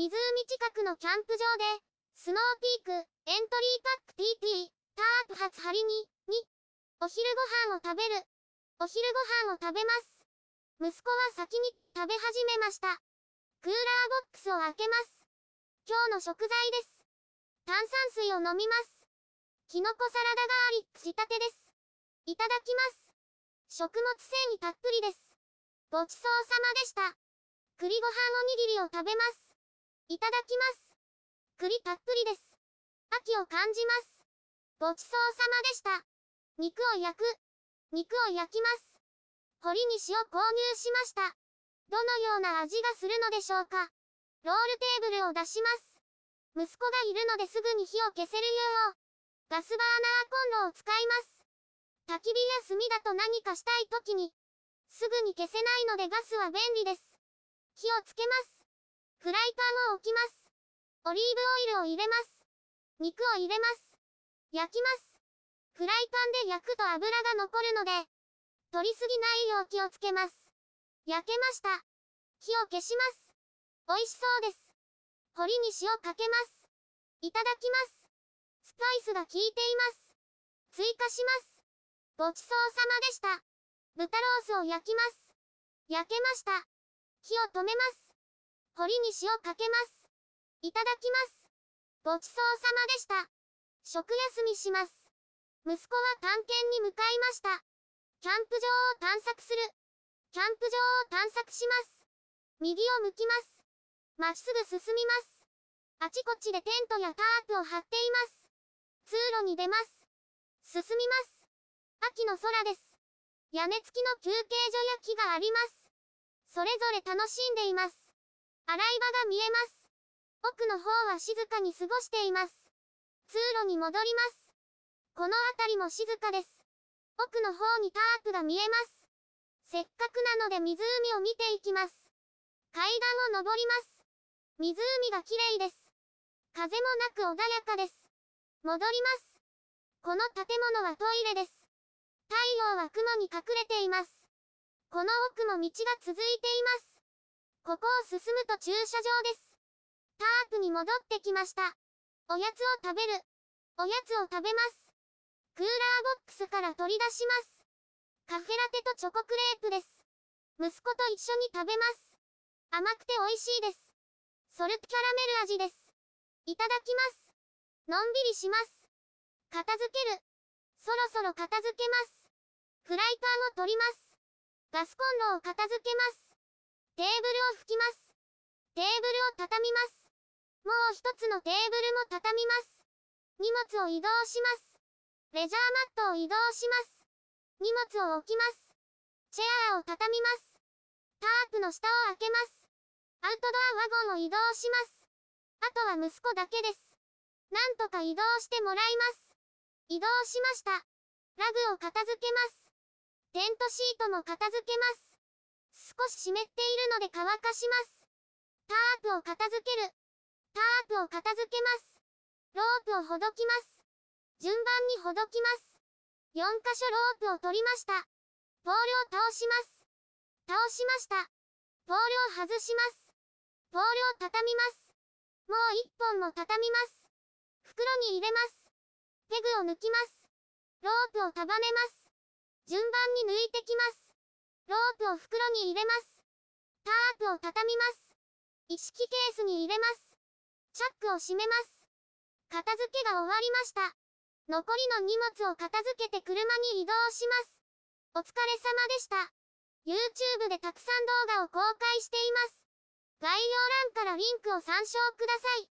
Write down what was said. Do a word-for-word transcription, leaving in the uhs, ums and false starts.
湖近くのキャンプ場で、スノーピーク、エントリーパック ティーティー、タープ初張りに、に、お昼ご飯を食べる。お昼ご飯を食べます。息子は先に食べ始めました。クーラーボックスを開けます。今日の食材です。炭酸水を飲みます。キノコサラダガーリック仕立てです。いただきます。食物繊維たっぷりです。ごちそうさまでした。栗ご飯おにぎりを食べます。いただきます。栗たっぷりです。秋を感じます。ごちそうさまでした。肉を焼く。肉を焼きます。堀に塩購入しました。どのような味がするのでしょうか。ロールテーブルを出します。息子がいるのですぐに火を消せるよう。ガスバーナーコンロを使います。焚き火や炭だと何かしたい時に、すぐに消せないのでガスは便利です。火をつけます。フライパンを置きます。オリーブオイルを入れます。肉を入れます。焼きます。フライパンで焼くと油が残るので、取りすぎないよう気をつけます。焼けました。火を消します。美味しそうです。堀に塩かけます。いただきます。スパイスが効いています。追加します。ごちそうさまでした。豚ロースを焼きます。焼けました。火を止めます。堀に塩かけます。いただきます。ごちそうさまでした。食休みします。息子は探検に向かいました。キャンプ場を探索する。キャンプ場を探索します。右を向きます。まっすぐ進みます。あちこちでテントやタープを張っています。通路に出ます。進みます。秋の空です。屋根付きの休憩所や木があります。それぞれ楽しんでいます。洗い場が見えます。奥の方は静かに過ごしています。通路に戻ります。この辺りも静かです。奥の方にタープが見えます。せっかくなので湖を見ていきます。階段を登ります。湖が綺麗です。風もなく穏やかです。戻ります。この建物はトイレです。太陽は雲に隠れています。この奥も道が続いています。ここを進むと駐車場です。タープに戻ってきました。おやつを食べる。おやつを食べます。クーラーボックスから取り出します。カフェラテとチョコクレープです。息子と一緒に食べます。甘くて美味しいです。ソルトキャラメル味です。いただきます。のんびりします。片付ける。そろそろ片付けます。フライパンを取ります。ガスコンロを片付けます。テーブルを拭きます。テーブルを畳みます。もう一つのテーブルも畳みます。荷物を移動します。レジャーマットを移動します。荷物を置きます。チェアーを畳みます。タープの下を開けます。アウトドアワゴンを移動します。あとは息子だけです。なんとか移動してもらいます。移動しました。ラグを片付けます。テントシートも片付けます。少し湿っているので乾かします。タープを片付ける。タープを片付けます。ロープをほどきます。順番にほどきます。よんかしょロープを取りました。ポールを倒します。倒しました。ポールを外します。ポールを畳みます。もう一本も畳みます。袋に入れます。ペグを抜きます。ロープを束ねます。順番に抜いてきます。ロープを袋に入れます。タープを畳みます。一式ケースに入れます。チャックを閉めます。片付けが終わりました。残りの荷物を片付けて車に移動します。お疲れ様でした。YouTube でたくさん動画を公開しています。概要欄からリンクを参照ください。